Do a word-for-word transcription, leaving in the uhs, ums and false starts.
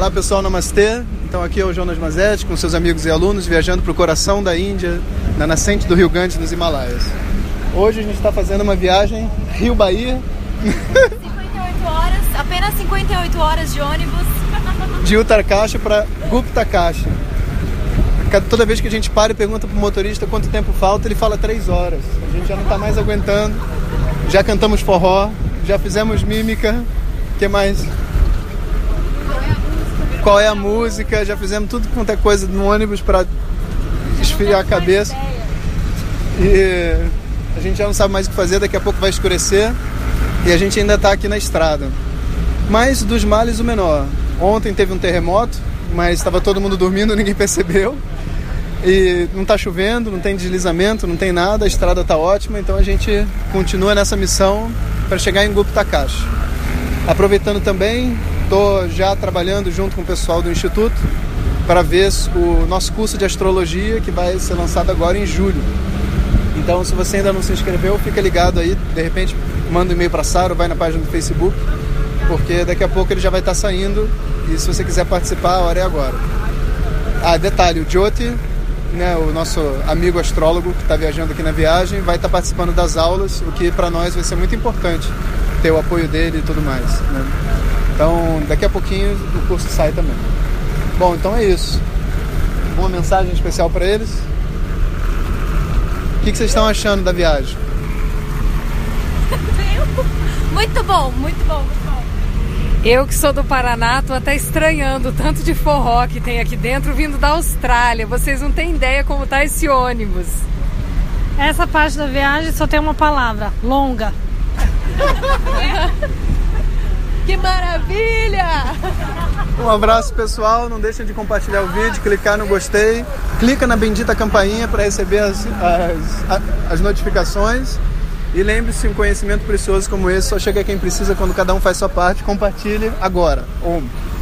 Olá pessoal, namastê. Então aqui é o Jonas Mazetti com seus amigos e alunos viajando para o coração da Índia, na nascente do Rio Ganges, nos Himalaias. Hoje a gente está fazendo uma viagem Rio-Bahia. cinquenta e oito horas, apenas cinquenta e oito horas de ônibus. De Uttarkashi para Guptakashi. Toda vez que a gente para e pergunta pro motorista quanto tempo falta, ele fala três horas. A gente já não está mais aguentando. Já cantamos forró, já fizemos mímica. O que mais? Qual é a música? Já fizemos tudo quanto é coisa no ônibus para esfriar a cabeça. E a gente já não sabe mais o que fazer, daqui a pouco vai escurecer e a gente ainda está aqui na estrada. Mas dos males o menor. Ontem teve um terremoto, mas estava todo mundo dormindo, ninguém percebeu. E não está chovendo, não tem deslizamento, não tem nada, a estrada está ótima, então a gente continua nessa missão para chegar em Guptakashi. Aproveitando também, estou já trabalhando junto com o pessoal do Instituto para ver o nosso curso de astrologia que vai ser lançado agora em julho. Então, se você ainda não se inscreveu, fica ligado aí, de repente manda um e-mail para a Sara ou vai na página do Facebook, porque daqui a pouco ele já vai estar saindo e se você quiser participar, a hora é agora. Ah, detalhe, o Jyoti, né, o nosso amigo astrólogo que está viajando aqui na viagem, vai estar participando das aulas, o que para nós vai ser muito importante, ter o apoio dele e tudo mais, né? Então, daqui a pouquinho o curso sai também. Bom, então é isso. Uma mensagem especial para eles. O que, que vocês estão achando da viagem? Muito bom, muito bom, muito bom. Eu que sou do Paraná, tô até estranhando o tanto de forró que tem aqui dentro vindo da Austrália. Vocês não têm ideia como tá esse ônibus. Essa parte da viagem só tem uma palavra: longa. Que maravilha! Um abraço pessoal, não deixem de compartilhar o vídeo, clicar no gostei, clica na bendita campainha para receber as, as, as notificações. E lembre-se, um conhecimento precioso como esse só chega a quem precisa quando cada um faz sua parte. Compartilhe agora. Om.